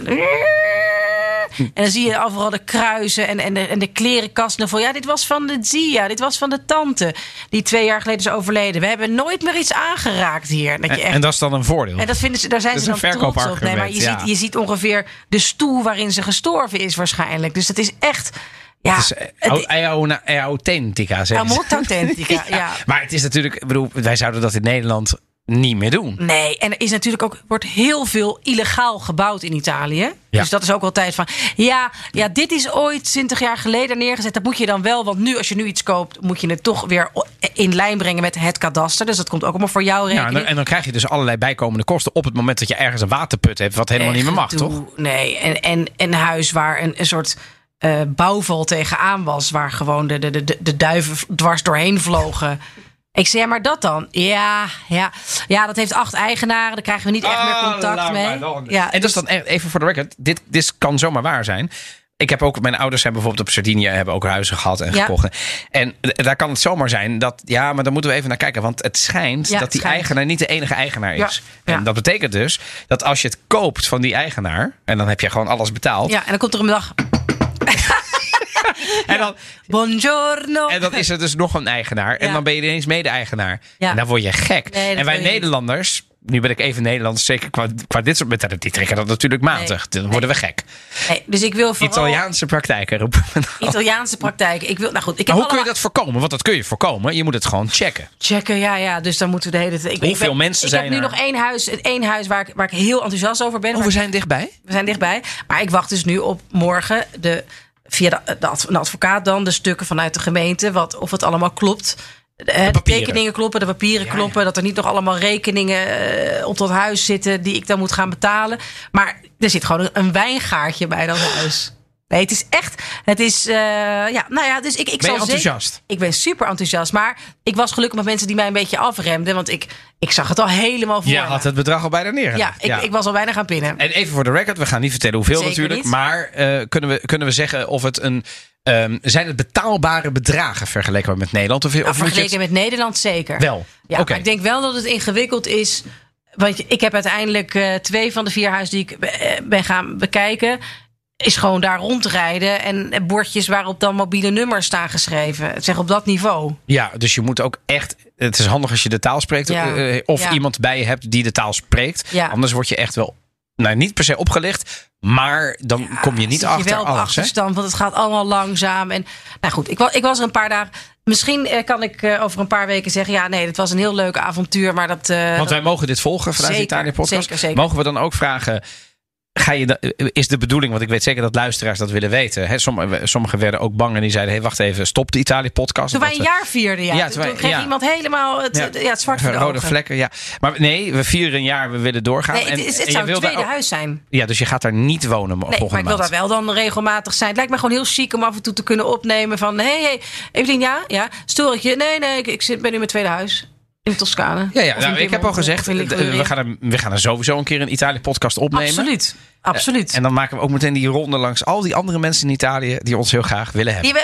en dan zie je overal de kruisen en de klerenkasten vol. Ja, dit was van de Zia, dit was van de tante. Die 2 jaar geleden is overleden. We hebben nooit meer iets aangeraakt hier. En dat is dan een voordeel. En dat vinden ze, daar zijn ze dan trots op. Nee, maar je ziet ongeveer de stoel waarin ze gestorven is waarschijnlijk. Dus dat is echt... Ja, het is authentica, zeg authentica, ja. Maar het is natuurlijk, wij zouden dat in Nederland niet meer doen. Nee, en er is natuurlijk wordt heel veel illegaal gebouwd in Italië. Ja. Dus dat is ook altijd van... Ja, dit is ooit 20 jaar geleden neergezet. Dat moet je dan wel, want nu als je nu iets koopt... moet je het toch weer in lijn brengen met het kadaster. Dus dat komt ook allemaal voor jouw rekening. Ja, en dan krijg je dus allerlei bijkomende kosten... op het moment dat je ergens een waterput hebt... wat helemaal niet meer mag, toch? Nee, en een huis waar een soort... bouwval tegenaan was... waar gewoon de duiven dwars doorheen vlogen... Ik zei, maar dat dan? Ja, dat heeft 8 eigenaren. Daar krijgen we niet echt meer contact mee. Ja, en dat is dan even voor de record. Dit kan zomaar waar zijn. Ik heb ook, mijn ouders hebben bijvoorbeeld op Sardinië... hebben ook huizen gehad en gekocht. En daar kan het zomaar zijn dat... Ja, maar daar moeten we even naar kijken. Want het schijnt dat die eigenaar niet de enige eigenaar is. Ja. En dat betekent dus dat als je het koopt van die eigenaar... en dan heb je gewoon alles betaald. Ja, en dan komt er een dag... En dan, buongiorno. En dan is er dus nog een eigenaar. En dan ben je ineens mede-eigenaar. Ja. En dan word je gek. Nee, en wij Nederlanders... Nu ben ik even Nederlands, zeker qua dit soort methoden. Die trekken dat natuurlijk matig. Dan worden we gek. Nee, dus ik wil vooral... Italiaanse praktijken roepen. Italiaanse praktijken. Hoe kun je dat voorkomen? Want dat kun je voorkomen. Je moet het gewoon checken. Ja. Dus dan moeten we de hele tijd... Hoeveel mensen zijn er? Ik heb nu nog één huis waar ik heel enthousiast over ben. We zijn dichtbij? We zijn dichtbij. Maar ik wacht dus nu op morgen via de advocaat dan de stukken vanuit de gemeente. Of het allemaal klopt. De tekeningen kloppen, de papieren kloppen. Dat er niet nog allemaal rekeningen op dat huis zitten die ik dan moet gaan betalen. Maar er zit gewoon een wijngaardje bij dat huis. Nee, het is echt... Het is... dus ik ben je enthousiast? Ik ben super enthousiast. Maar ik was gelukkig met mensen die mij een beetje afremden. Want ik zag het al helemaal voor. Je had het bedrag al bijna neer. Ja, ik was al bijna gaan pinnen. En even voor de record. We gaan niet vertellen hoeveel Zeker natuurlijk. Niet. Maar kunnen we zeggen of het een... zijn het betaalbare bedragen vergeleken met Nederland? Vergeleken met Nederland zeker. Wel? Ja, maar ik denk wel dat het ingewikkeld is. Want ik heb uiteindelijk 2 van de 4 huizen die ik ben gaan bekijken... is gewoon daar rondrijden en bordjes waarop dan mobiele nummers staan geschreven. Zeg op dat niveau. Ja, dus je moet ook echt... Het is handig als je de taal spreekt. Of iemand bij je hebt die de taal spreekt. Ja. Anders word je echt wel... niet per se opgelicht, maar dan kom je niet achter wel op alles. Achterstand, want het gaat allemaal langzaam. En nou goed, ik was er een paar dagen. Misschien kan ik over een paar weken zeggen... dit was een heel leuk avontuur. Maar want wij mogen dit volgen vanuit de Italië podcast. Zeker. Mogen we dan ook vragen... Is de bedoeling, want ik weet zeker dat luisteraars dat willen weten. Sommigen werden ook bang en die zeiden... wacht even, stop de Italië-podcast. Toen wij een jaar vierden, toen kreeg iemand helemaal het zwart voor de rode ogen. Vlekken, ja. Maar nee, we vieren een jaar, we willen doorgaan. Nee, het zou een tweede huis zijn. Ja, dus je gaat daar niet wonen volgende maand. Maar ik wil daar wel dan regelmatig zijn. Het lijkt me gewoon heel chic om af en toe te kunnen opnemen van... Hey, Evelien, ja, stoor ik je? Nee, ik ben nu in mijn tweede huis. In Toscane. Ja, ik heb al gezegd, we gaan er sowieso een keer een Italië-podcast opnemen. Absoluut. En dan maken we ook meteen die ronde langs al die andere mensen in Italië... die ons heel graag willen hebben.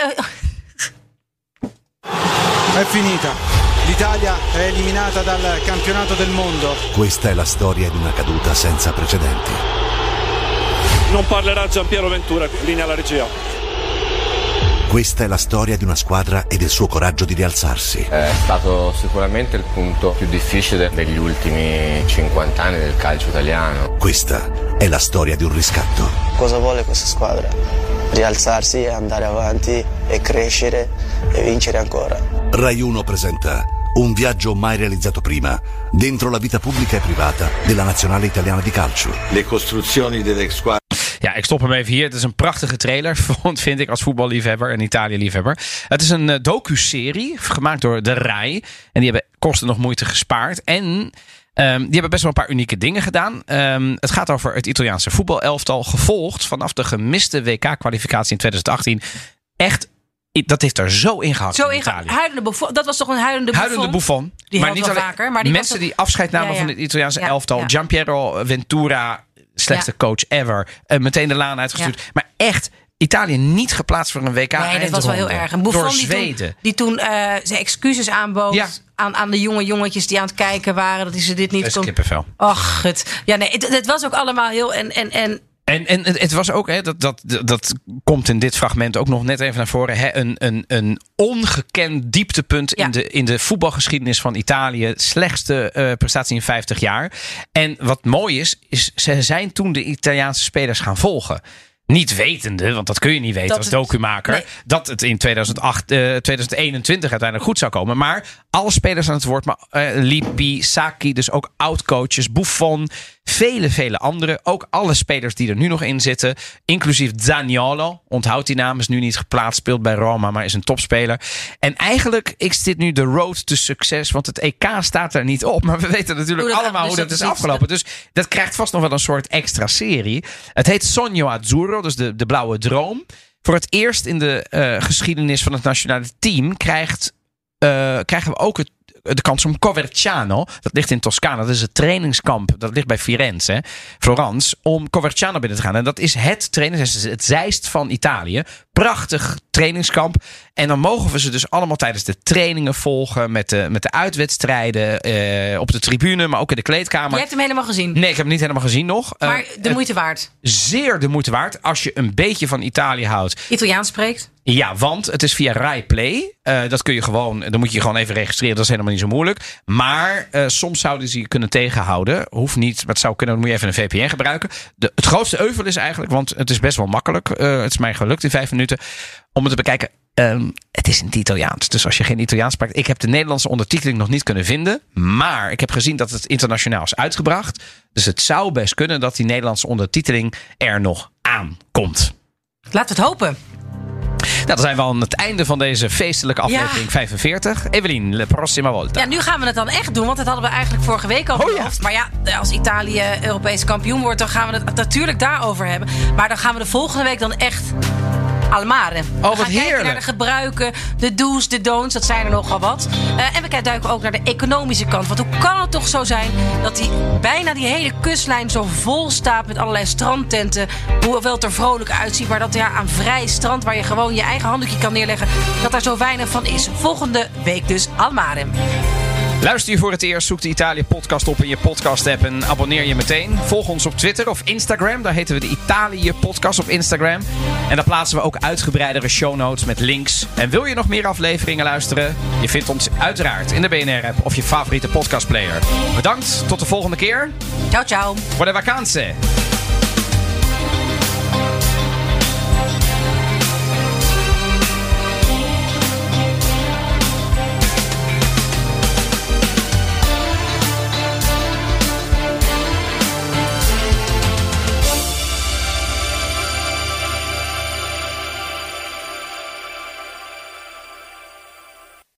È finita. L'Italia è eliminata dal campionato del mondo. Questa è la storia di una caduta senza precedenti. Non parlerà Giampiero Ventura, linea alla regia. Questa è la storia di una squadra e del suo coraggio di rialzarsi. È stato sicuramente il punto più difficile degli ultimi 50 anni del calcio italiano. Questa è la storia di un riscatto. Cosa vuole questa squadra? Rialzarsi e andare avanti e crescere e vincere ancora. Rai 1 presenta un viaggio mai realizzato prima dentro la vita pubblica e privata della nazionale italiana di calcio. Le costruzioni delle squadre. Ja, ik stop hem even hier. Het is een prachtige trailer, vind ik als voetballiefhebber en Italië-liefhebber. Het is een docu-serie gemaakt door de Rai. En die hebben kosten nog moeite gespaard. En die hebben best wel een paar unieke dingen gedaan. Het gaat over het Italiaanse voetbalelftal. Gevolgd vanaf de gemiste WK-kwalificatie in 2018. Echt, dat heeft er zo ingehakt in Italië. Dat was toch een huilende Buffon? Die maar niet alleen vaker. Maar die mensen die afscheid namen van het Italiaanse elftal. Giampiero Ventura... slechtste coach ever. Meteen de laan uitgestuurd. Ja. Maar echt, Italië niet geplaatst voor een WK. Nee, dat was wel heel erg. En Buffon door Zweden. Die toen zijn excuses aanbood aan de jonge jongetjes die aan het kijken waren. Dat hij ze dit niet kon. Kippenvel. Ach, het was ook allemaal heel... En het was ook, dat komt in dit fragment ook nog net even naar voren. Een ongekend dieptepunt in de voetbalgeschiedenis van Italië. Slechtste prestatie in 50 jaar. En wat mooi is ze zijn toen de Italiaanse spelers gaan volgen. Niet wetende, want dat kun je niet weten als documaker. Nee. Dat het in 2021 uiteindelijk goed zou komen. Maar alle spelers aan het woord. Maar Lippi, Sacchi, dus ook oud-coaches, Buffon, vele anderen. Ook alle spelers die er nu nog in zitten. Inclusief Zaniolo. Onthoud die naam, is nu niet geplaatst. Speelt bij Roma, maar is een topspeler. En eigenlijk is dit nu de road to succes. Want het EK staat er niet op. Maar we weten natuurlijk allemaal hoe dat is afgelopen. Dus dat krijgt vast nog wel een soort extra serie. Het heet Sogno Azzurro, dus de blauwe droom. Voor het eerst in de geschiedenis van het nationale team krijgen we ook de kans om Coverciano, dat ligt in Toscana, dat is het trainingskamp, dat ligt bij Firenze, Florence, om Coverciano binnen te gaan. En dat is het Zeist van Italië. Prachtig trainingskamp. En dan mogen we ze dus allemaal tijdens de trainingen volgen, met de uitwedstrijden, op de tribune, maar ook in de kleedkamer. Je hebt hem helemaal gezien? Nee, ik heb hem niet helemaal gezien nog. Maar de moeite waard? Zeer de moeite waard, als je een beetje van Italië houdt. Italiaans spreekt? Ja, want het is via Rai Play. Dat kun je gewoon, dan moet je gewoon even registreren. Dat is helemaal niet zo moeilijk. Maar soms zouden ze je kunnen tegenhouden. Hoeft niet, maar het zou kunnen. Dan moet je even een VPN gebruiken. Het grootste euvel is eigenlijk, want het is best wel makkelijk. Het is mij gelukt in 5 minuten om het te bekijken. Het is in het Italiaans. Dus als je geen Italiaans spreekt. Ik heb de Nederlandse ondertiteling nog niet kunnen vinden. Maar ik heb gezien dat het internationaal is uitgebracht. Dus het zou best kunnen dat die Nederlandse ondertiteling er nog aankomt. Laten we het hopen. Nou, dan zijn we aan het einde van deze feestelijke aflevering 45. Evelien, la prossima volta. Ja, nu gaan we het dan echt doen, want dat hadden we eigenlijk vorige week al beloofd. Maar ja, als Italië Europees kampioen wordt, dan gaan we het natuurlijk daarover hebben. Maar dan gaan we de volgende week dan echt al mare. Oh, we gaan kijken naar de gebruiken, de do's, de don'ts, dat zijn er nogal wat. En we duiken ook naar de economische kant. Want hoe kan het toch zo zijn dat bijna die hele kustlijn zo vol staat met allerlei strandtenten. Hoewel het er vrolijk uitziet, maar dat aan vrij strand waar je gewoon je eigen handdoekje kan neerleggen, dat daar zo weinig van is. Volgende week dus al mare. Luister je voor het eerst, zoek de Italië podcast op in je podcast app en abonneer je meteen. Volg ons op Twitter of Instagram, daar heten we de Italië podcast op Instagram. En daar plaatsen we ook uitgebreidere show notes met links. En wil je nog meer afleveringen luisteren? Je vindt ons uiteraard in de BNR-app of je favoriete podcastplayer. Bedankt, tot de volgende keer. Ciao, ciao. Buone vacanze.